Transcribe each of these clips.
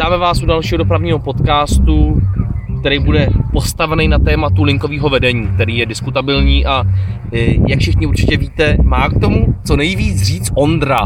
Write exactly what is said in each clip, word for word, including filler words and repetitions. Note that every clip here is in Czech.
Vítáme vás u dalšího dopravního podcastu, který bude postavený na tématu linkového vedení, který je diskutabilní a jak všichni určitě víte, má k tomu co nejvíc říct Ondra.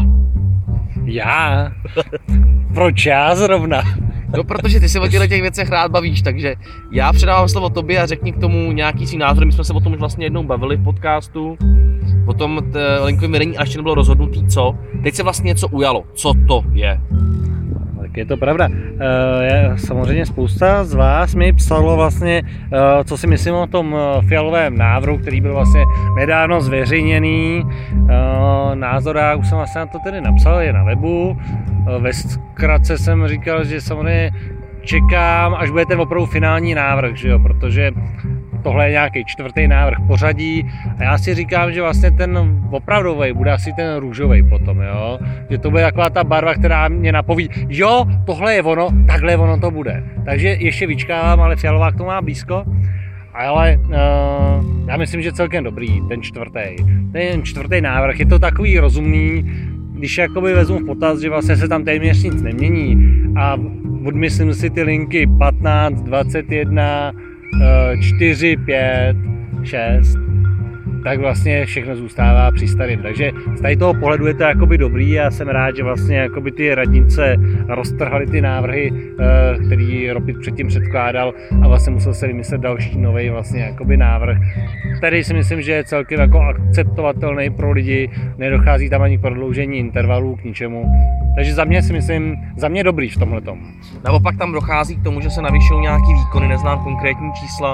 Já? Proč já zrovna? No, protože ty se o těchto těch věcech rád bavíš, takže já předávám slovo tobě a řekni k tomu nějaký svý názor. My jsme se o tom už vlastně jednou bavili v podcastu, o tom linkovém vedení, a ještě nebylo rozhodnutý co. Teď se vlastně něco ujalo. Co to je? Tak je to pravda. E, samozřejmě spousta z vás mi psalo vlastně, e, co si myslím o tom fialovém návrhu, který byl vlastně nedávno zveřejněný. E, názor, já už jsem vlastně na to tedy napsal, je na webu. E, ve zkratce jsem říkal, že samozřejmě čekám, až bude ten opravdu finální návrh, že jo? Protože tohle je nějaký čtvrtý návrh pořadí a já si říkám, že vlastně ten opravdový bude asi ten růžový potom, jo? Že to bude taková ta barva, která mě napoví, jo, tohle je ono, takhle ono to bude. Takže ještě vyčkávám, ale fialová k tomu má blízko. Ale uh, já myslím, že celkem dobrý ten čtvrtý. Ten čtvrtý návrh je to takový rozumný, když jakoby vezmu v potaz, že vlastně se tam téměř nic nemění a odmyslím si ty linky patnáct, dvacet jedna, čtyři, pět, šest, tak vlastně všechno zůstává při starým. Takže z tady toho pohledu je to jakoby dobrý a jsem rád, že vlastně jakoby ty radnice roztrhaly ty návrhy, který Ropit předtím předkládal a vlastně musel se vymyslet další nový vlastně jakoby návrh, který si myslím, že je celkem jako akceptovatelný pro lidi, nedochází tam ani k prodloužení intervalů k ničemu. Takže za mě si myslím, za mě dobrý v tomhletom. Naopak tam dochází k tomu, že se navyšují nějaký výkony, neznám konkrétní čísla.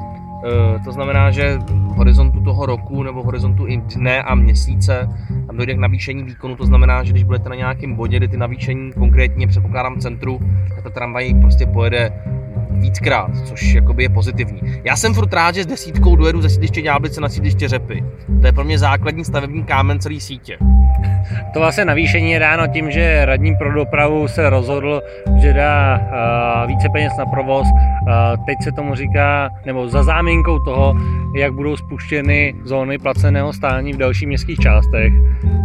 E, to znamená, že v horizontu toho roku nebo v horizontu i dne a měsíce tam dojde k navýšení výkonu. To znamená, že když budete na nějakém bodě, kdy ty navýšení konkrétně předpokládám centru, tak ta tramvaj prostě pojede víckrát, což jakoby je pozitivní. Já jsem furt rád, že s desítkou dojedu ze sídliště Ďáblice na sídliště Řepy. To je pro mě základní stavební kámen celé sítě. To vlastně navýšení je dáno tím, že radní pro dopravu se rozhodl, že dá uh, více peněz na provoz. Uh, teď se tomu říká, nebo za záminkou toho, jak budou spuštěny zóny placeného stání v dalších městských částech,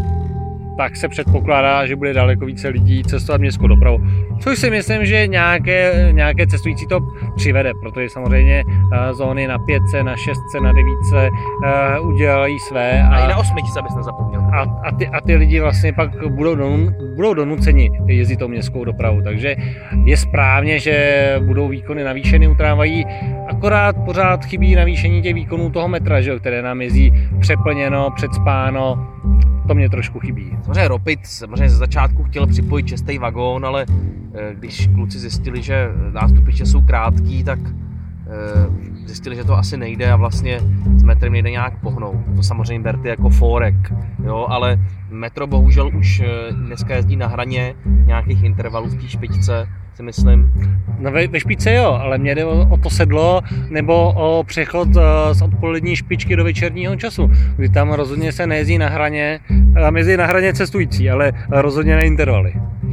tak se předpokládá, že bude daleko více lidí cestovat městskou dopravu. Což si myslím, že nějaké, nějaké cestující to přivede, protože samozřejmě uh, zóny na pětce, na šestce, na devítce uh, udělají své. A, a i na osmičce, abys nezapomněl. A, a, ty, a ty lidi vlastně pak budou, don, budou donuceni jezdit tou městskou dopravu, takže je správně, že budou výkony navýšeny u tramvají, akorát pořád chybí navýšení těch výkonů toho metra, že, které nám jezdí přeplněno, předspáno. To mě trošku chybí. Samozřejmě Ropit samozřejmě ze začátku chtěl připojit šestý vagón, ale když kluci zjistili, že nástupiště jsou krátký, tak zjistili, že to asi nejde a vlastně s metrem nejde nějak pohnout. To samozřejmě berte jako fórek, jo, ale metro bohužel už dneska jezdí na hraně nějakých intervalů v té špičce, si myslím. No ve, ve špičce jo, ale mě jde o, o to sedlo nebo o přechod z odpolední špičky do večerního času, kdy tam rozhodně se nejezdí na hraně, tam jezdí na hraně cestující, ale rozhodně na intervaly.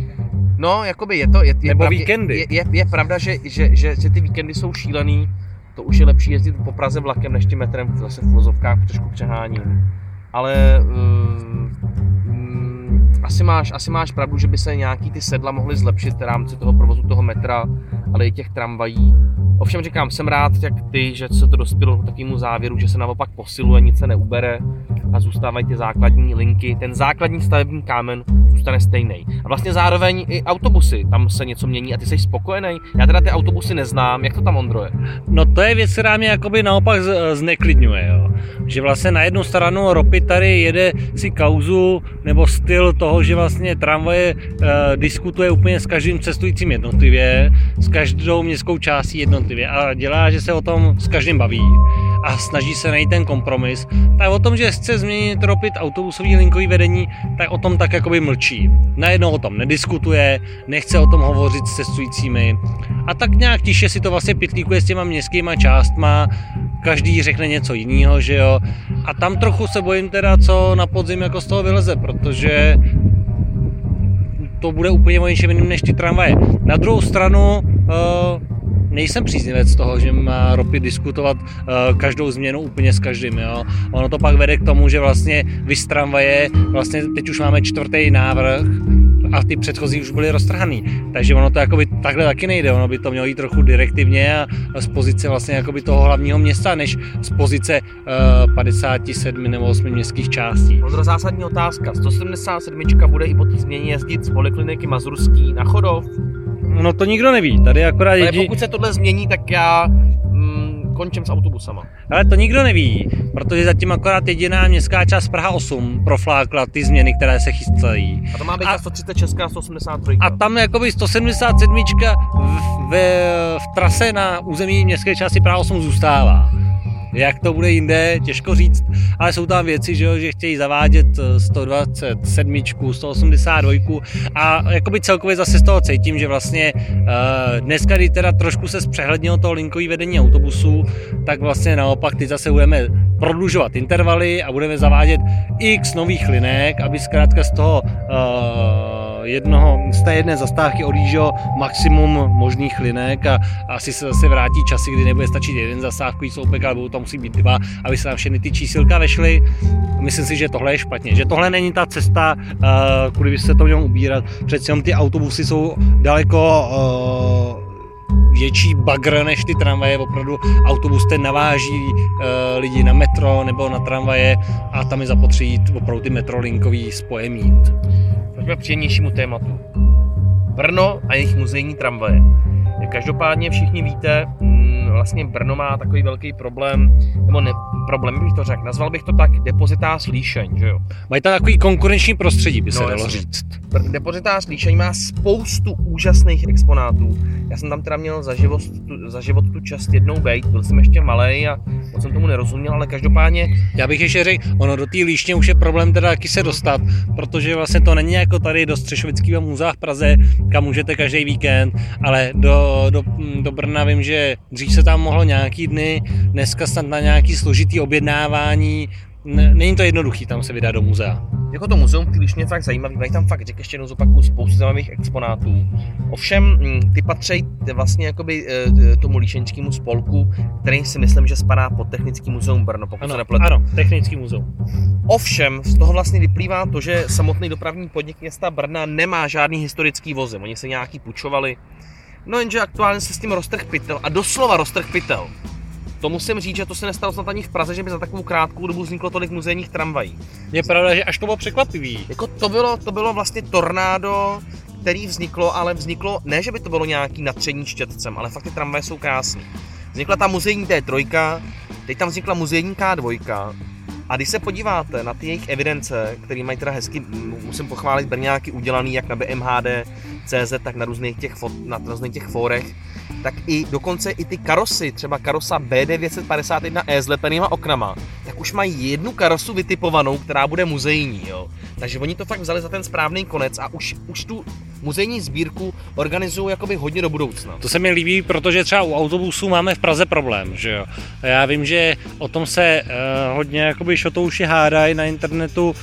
No, jakoby je to, je, je, nebo pravdě, víkendy. Je, je, je pravda, že, že, že, že ty víkendy jsou šílený, to už je lepší jezdit po Praze vlakem než tím metrem, zase v vozovkách trošku přeháním. Ale um, um, asi, máš, asi máš pravdu, že by se nějaký ty sedla mohly zlepšit v rámci toho provozu toho metra, ale i těch tramvají. Ovšem říkám, jsem rád, jak ty, že se to dospělo k takovému závěru, že se naopak posiluje, nic se neubere a zůstávají ty základní linky. Ten základní stavební kámen zůstane stejný. A vlastně zároveň i autobusy, tam se něco mění a ty jsi spokojený. Já teda ty autobusy neznám, jak to tam, Ondro, je? No to je věc, která mě jakoby naopak zneklidňuje, jo. Že vlastně na jednu stranu Ropit tady jede si kauzu nebo styl toho, že vlastně tramvaje e, diskutuje úplně s každým cestujícím jednotlivě, s každou městskou částí jednotlivě a dělá, že se o tom s každým baví a snaží se najít ten kompromis. Tak o tom, že chce změnit Ropit autobusový linkový vedení, tak o tom tak jakoby mlčí. Najednou o tom nediskutuje, nechce o tom hovořit s cestujícími a tak nějak tiše si to vlastně pitlíkuje s těma městskýma částma, každý řekne něco jiného, že jo. A tam trochu se bojím teda, co na podzim jako z toho vyleze, protože to bude úplně o něčem jiným než ty tramvaje. Na druhou stranu uh, nejsem příznivec toho, že má Ropit diskutovat uh, každou změnu úplně s každým, jo. Ono to pak vede k tomu, že vlastně vy z tramvaje, vlastně teď už máme čtvrtý návrh a ty předchozí už byly roztrhaný. Takže ono to jakoby takhle taky nejde, ono by to mělo jít trochu direktivně a z pozice vlastně jakoby toho hlavního města, než z pozice uh, padesát sedm nebo osm městských částí. Ondro, zásadní otázka. sto sedmdesát sedm bude i po té změně jezdit z polikliniky Mazurský na Chodov? No to nikdo neví, tady akorát jedí... jedí... pokud se tohle změní, tak já mm, končím s autobusama. Ale to nikdo neví, protože zatím akorát jediná městská část Praha osm proflákla ty změny, které se chystají. A to má být a... sto třicet šest a sto osmdesát tři. A tam jakoby sto sedmdesát sedm v, v, v trase na území městské části Praha osm zůstává. Jak to bude jinde, těžko říct, ale jsou tam věci, že, jo, že chtějí zavádět sto dvacet sedm, sto osmdesát dva a jakoby celkově zase z toho cítím, že vlastně uh, dneska, kdy teda trošku se zpřehlednilo toho linkový vedení autobusů, tak vlastně naopak teď zase budeme prodlužovat intervaly a budeme zavádět x nových linek, aby zkrátka z toho uh, jednoho, z té jedné zastávky odjíždělo maximum možných linek a asi se zase vrátí časy, kdy nebude stačit jeden zastávkový sloupek, ale budou tam musí být dva, aby se tam všechny ty čísilka vešly. Myslím si, že tohle je špatně, že tohle není ta cesta, kudy by se to mělo ubírat. Přeci jenom ty autobusy jsou daleko uh, větší bagr než ty tramvaje, opravdu autobus ten naváží uh, lidi na metro nebo na tramvaje a tam je zapotřebí opravdu ty metrolinkový spoje mít. Pojďme k příjemnějšímu tématu. Brno a jejich muzejní tramvaje. Každopádně všichni víte, vlastně Brno má takový velký problém, nebo ne, problém bych to řekl, nazval bych to tak depozitář Líšeň, že jo? Mají tam takový konkurenční prostředí, by se no, dalo říct. Depozitář Líšeň má spoustu úžasných exponátů. Já jsem tam teda měl za život, tu, za život tu čest jednou bejt, byl jsem ještě malej a moc jsem tomu nerozuměl, ale každopádně... Já bych ještě řekl, ono do té Líšně už je problém teda taky se dostat, protože vlastně to není jako tady do Střešovického muzea v Praze, kam můžete každý víkend, ale do, do, do Brna vím, že dřív se tam mohlo nějaký dny, dneska snad na nějaký složitý objednávání, není to jednoduchý tam se vydat do muzea. Jako to muzeum, když mě fakt zajímavý, mají tam fakt, řekl ještě jednou zopakuju, spoustu zajímavých exponátů. Ovšem, ty patří vlastně jakoby tomu líšeňskému spolku, který si myslím, že spadá pod Technický muzeum Brno, pokud ano, se nepletu. Ano, Technický muzeum. Ovšem, z toho vlastně vyplývá to, že samotný dopravní podnik města Brna nemá žádný historický vozy, oni se nějaký půjčovali. No jenže aktuálně se s tím roztrh pytel, a doslova roztrh pytel. To musím říct, že to se nestalo snad ani v Praze, že by za takovou krátkou dobu vzniklo tolik muzejních tramvají. Je pravda, že až to bylo překvapivý. Jako to bylo, to bylo vlastně tornádo, který vzniklo, ale vzniklo, ne že by to bylo nějaký natření štětcem, ale fakt ty tramvaje jsou krásné. Vznikla ta muzejní té tři, teď tam vznikla muzejní K dva. A když se podíváte na ty jejich evidence, které mají teda hezky, musím pochválit, Brňáky udělaný jak na B M H D tečka C Z, tak na různých těch, fot, na různých těch fórech, tak i dokonce i ty karosy, třeba karosa B devět set padesát jedna E s lepenýma oknama, tak už mají jednu karosu vytipovanou, která bude muzejní, jo. Takže oni to fakt vzali za ten správný konec a už, už tu muzejní sbírku organizují jakoby hodně do budoucna. To se mi líbí, protože třeba u autobusů máme v Praze problém, že jo. Já vím, že o tom se uh, hodně jakoby šotouši hádají na internetu.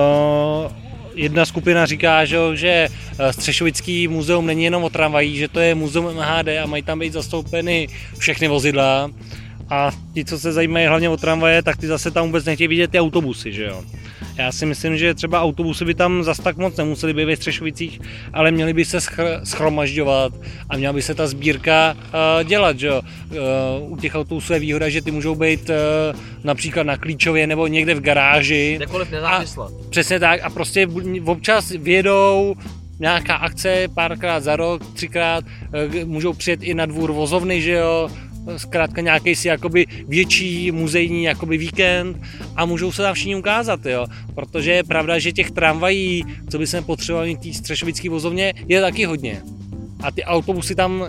Uh, Jedna skupina říká, že Střešovický muzeum není jenom o tramvají, že to je muzeum M H D a mají tam být zastoupeny všechny vozidla. A ti, co se zajímají hlavně o tramvaje, tak ty zase tam vůbec nechtějí vidět ty autobusy, že jo. Já si myslím, že třeba autobusy by tam zas tak moc nemuseli být ve Střešovicích, ale měly by se schromažďovat a měla by se ta sbírka uh, dělat, že jo. Uh, u těch autobusů je výhoda, že ty můžou být uh, například na Klíčově nebo někde v garáži. Kdekoliv nezávisle. Přesně tak a prostě občas vědou nějaká akce párkrát za rok, třikrát, uh, můžou přijet i na dvůr vozovny, že jo. Zkrátka nějaký si jakoby větší muzejní jakoby víkend a můžou se tam všichni ukázat, jo. Protože je pravda, že těch tramvají, co by jsme potřebovali v té Střešovické vozovně, je taky hodně. A ty autobusy tam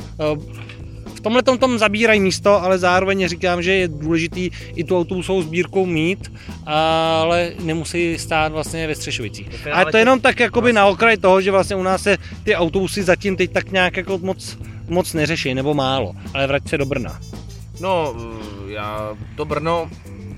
v tomhle tom zabírají místo, ale zároveň říkám, že je důležitý i tu autobusovou sbírku mít, ale nemusí stát vlastně ve Střešovicích. Ale to je jenom tak jakoby na okraj toho, že vlastně u nás se ty autobusy zatím teď tak nějak jako moc moc neřeší, nebo málo, ale vrať se do Brna. No, já to Brno,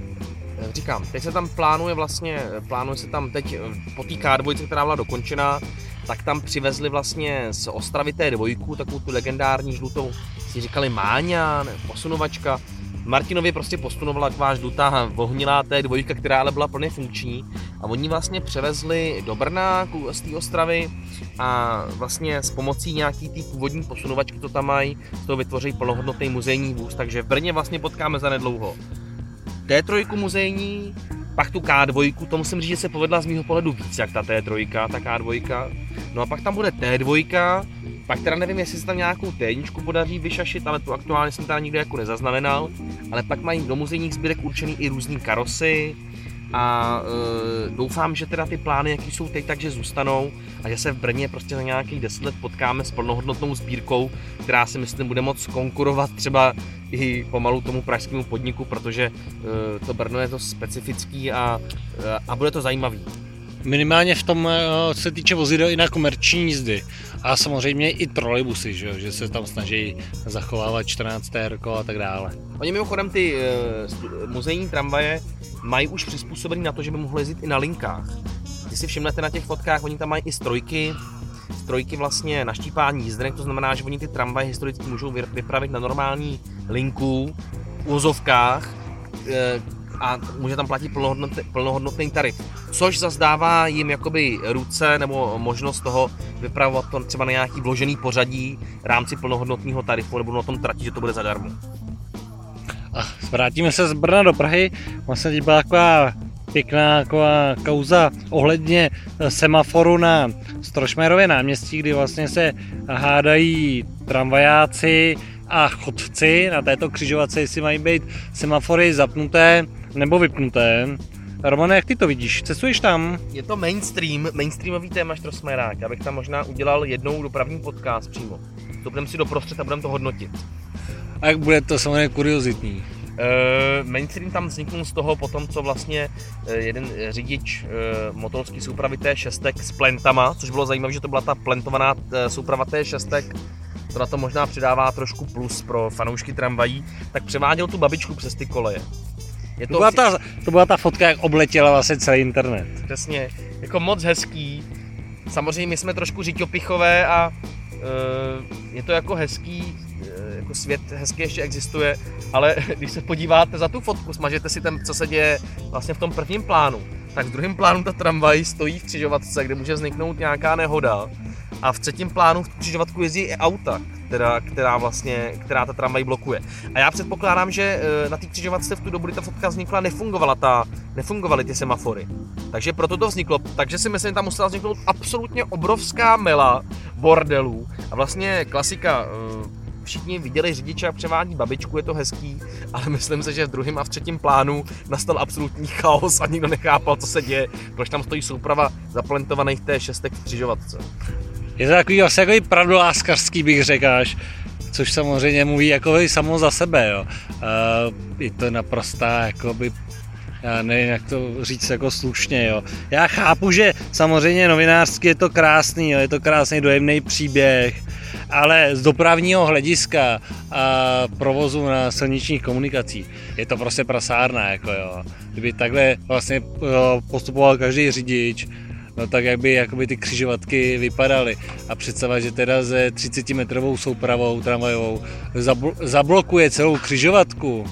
říkám, teď se tam plánuje vlastně, plánuje se tam teď po té K dva, která byla dokončená, tak tam přivezli vlastně z Ostravy té dvojku, takovou tu legendární žlutou, si říkali Máňa, ne, posunovačka, Martinovi prostě postunovala taková žlutá vohnilá té dvojka, která ale byla plně funkční a oni vlastně převezli do Brna z té Ostravy a vlastně s pomocí nějaký té původní posunovačky, to tam mají, z toho vytvoří plnohodnotný muzejní vůz, takže v Brně vlastně potkáme zanedlouho té tři muzejní, pak tu K dva, to musím říct, že se povedla z mýho pohledu víc, jak ta T tři, ta K dva, no a pak tam bude T dva, pak teda nevím, jestli se tam nějakou T jedna podaří vyšašit, ale tu aktuálně jsem teda nikdy jako nezaznamenal, ale pak mají do muzejních sbírek určený i různý karosy a e, doufám, že teda ty plány, jaký jsou teď, takže zůstanou a že se v Brně prostě za nějakých deset let potkáme s plnohodnotnou sbírkou, která si myslím bude moc konkurovat třeba i pomalu tomu pražskému podniku, protože e, to Brno je to specifický a, a bude to zajímavý. Minimálně v tom, co se týče vozidel i na komerční jízdy. A samozřejmě i trolejbusy, že, že se tam snaží zachovávat čtrnáct térko a tak dále. Oni mimochodem ty uh, muzejní tramvaje mají už přizpůsobený na to, že by mohly jezdit i na linkách. Když si všimnete na těch fotkách, oni tam mají i strojky, strojky vlastně na štípání jízdenek, to znamená, že oni ty tramvaje historicky můžou vypravit na normální linku, v uvozovkách, uh, a může tam platit plnohodnotný, plnohodnotný tarif, což zase dává jim jakoby ruce nebo možnost toho vypravovat to třeba na nějaký vložený pořadí v rámci plnohodnotného tarifu nebo na tom trati, že to bude zadarmo. A vrátíme se z Brna do Prahy, vlastně teď byla taková pěkná taková kauza ohledně semaforu na Strošmérově náměstí, kdy vlastně se hádají tramvajáci a chodci na této křižovatce, jestli mají být semafory zapnuté nebo vypnuté. Romane, jak ty to vidíš? Cestuješ tam? Je to mainstream, mainstreamový téma Štrosmérák. Já bych tam možná udělal jednou dopravní podcast přímo. To budeme si doprostřed a budeme to hodnotit. A jak bude to samozřejmě kuriozitní? Uh, mainstream tam vzniknul z toho potom, co vlastně uh, jeden řidič uh, motorský soupravy T šest s plentama, což bylo zajímavé, že to byla ta plentovaná uh, souprava T šest, to na to možná přidává trošku plus pro fanoušky tramvají, tak převáděl tu babičku přes ty koleje. Je to, to, byla ta, to byla ta fotka, jak obletěla vlastně celý internet. Přesně, jako moc hezký. Samozřejmě my jsme trošku řiťopichové a uh, je to jako hezký, uh, jako svět hezký ještě existuje, ale když se podíváte za tu fotku, smažete si ten, co se děje vlastně v tom prvním plánu, tak v druhém plánu ta tramvaj stojí v křižovatce, kde může vzniknout nějaká nehoda. A v třetím plánu v křižovatku jezdí i auta, která, která, vlastně, která ta tramvaj blokuje. A já předpokládám, že na té křižovatce v tu dobu, kdy ta fotka vznikla, nefungovala ta, nefungovaly ty semafory. Takže proto to vzniklo. Takže si myslím, že tam musela vzniknout absolutně obrovská mela bordelů. A vlastně klasika, všichni viděli řidiče a převádí babičku, je to hezký, ale myslím si, že v druhém a v třetím plánu nastal absolutní chaos a nikdo nechápal, co se děje, proč tam stojí souprava zaplentovaných T šest v křižovatce. Je to takový asi jako pravdoláskařský, bych řekl, což samozřejmě mluví jako samo za sebe, jo. Uh, je to naprostá, jakoby, já nevím, jak to říct jako slušně, jo. Já chápu, že samozřejmě novinářsky je to krásný, jo, je to krásný dojemný příběh, ale z dopravního hlediska a provozu na silničních komunikacích je to prostě prasárna, jako jo. Kdyby takhle vlastně postupoval každý řidič, no tak jak by jakoby ty křižovatky vypadaly. A představa, že teda se třicetimetrovou soupravou tramvajovou zabl- zablokuje celou křižovatku.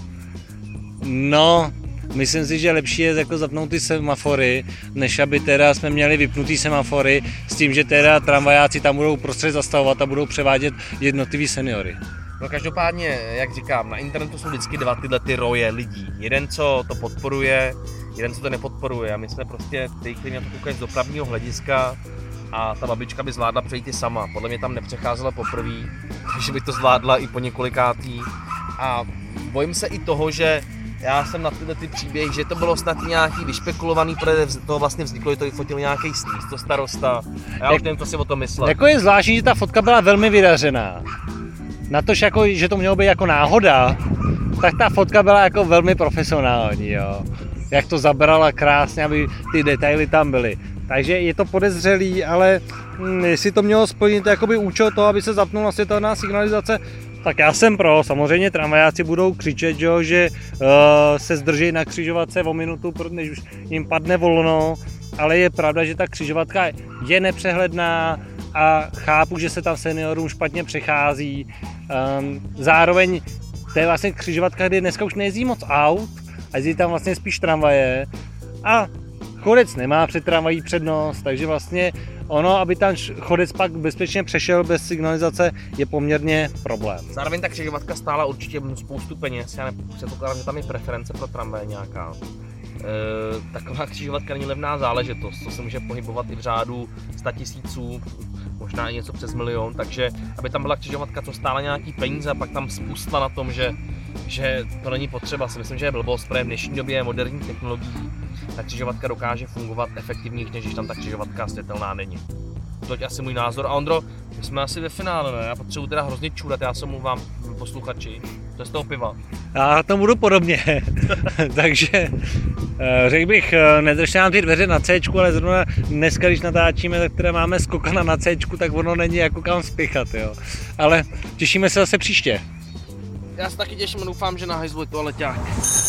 No, myslím si, že lepší je jako zapnout ty semafory, než aby teda jsme měli vypnutý semafory s tím, že teda tramvajáci tam budou prostřed zastavovat a budou převádět jednotlivý seniory. No každopádně, jak říkám, na internetu jsou vždycky dva tyhle ty roje lidí. Jeden, co to podporuje, jeden, co to nepodporuje. A my jsme prostě ty, kteří na to koukají z dopravního hlediska a ta babička by zvládla přejít i sama. Podle mě tam nepřecházela poprvé, takže by to zvládla i po několikátý. A bojím se i toho, že já jsem na tyhle ty příběhy, že to bylo snad nějaký vyšpekulovaný, protože toho vlastně vzniklo, že to vyfotil nějaký místo starosta. A já už nevím, co si o tom myslel. Jako je zvláštní, že ta fotka byla velmi vydařená. Na to, jako, že to mělo být jako náhoda, tak ta fotka byla jako velmi profesionální, jo. Jak to zabrala krásně, aby ty detaily tam byly. Takže je to podezřelý, ale hm, jestli to mělo splnit jakoby účel toho, aby se zapnula světelná signalizace, tak já jsem pro. Samozřejmě tramvajáci budou křičet, že, že uh, se zdrží na křižovatce o minutu, než už jim padne volno, ale je pravda, že ta křižovatka je nepřehledná a chápu, že se tam seniorům špatně přechází. Um, zároveň to je vlastně křižovatka, kde dneska už nejezdí moc aut a jezdí tam vlastně spíš tramvaje a chodec nemá před tramvají přednost, takže vlastně ono, aby tam chodec pak bezpečně přešel bez signalizace, je poměrně problém. Zároveň ta křižovatka stála určitě spoustu peněz, já nepředpokládám, že tam je preference pro tramvaj nějaká. E, taková křižovatka není levná záležitost, to se může pohybovat i v řádu sta tisíců, možná i něco přes milion, takže aby tam byla křižovatka, co stála nějaký peníze a pak tam spustla na tom, že, že to není potřeba, si myslím, že je blbost, protože v dnešní době moderních technologií ta křižovatka dokáže fungovat efektivněji, než když tam ta křižovatka světelná není. To je asi můj názor. A Ondro, my jsme asi ve finále, ne? Já potřebuji teda hrozně čůrat, já se mluvám posluchači, to je z toho piva. Já to budu podobně, takže řekl bych, nedržte nám ty dveře na C, ale zrovna dneska, když natáčíme, tak které máme skokana na C, tak ono není jako kam spěchat, jo. Ale těšíme se zase příště. Já se taky těším a doufám, že na hajzlu je toaleťák.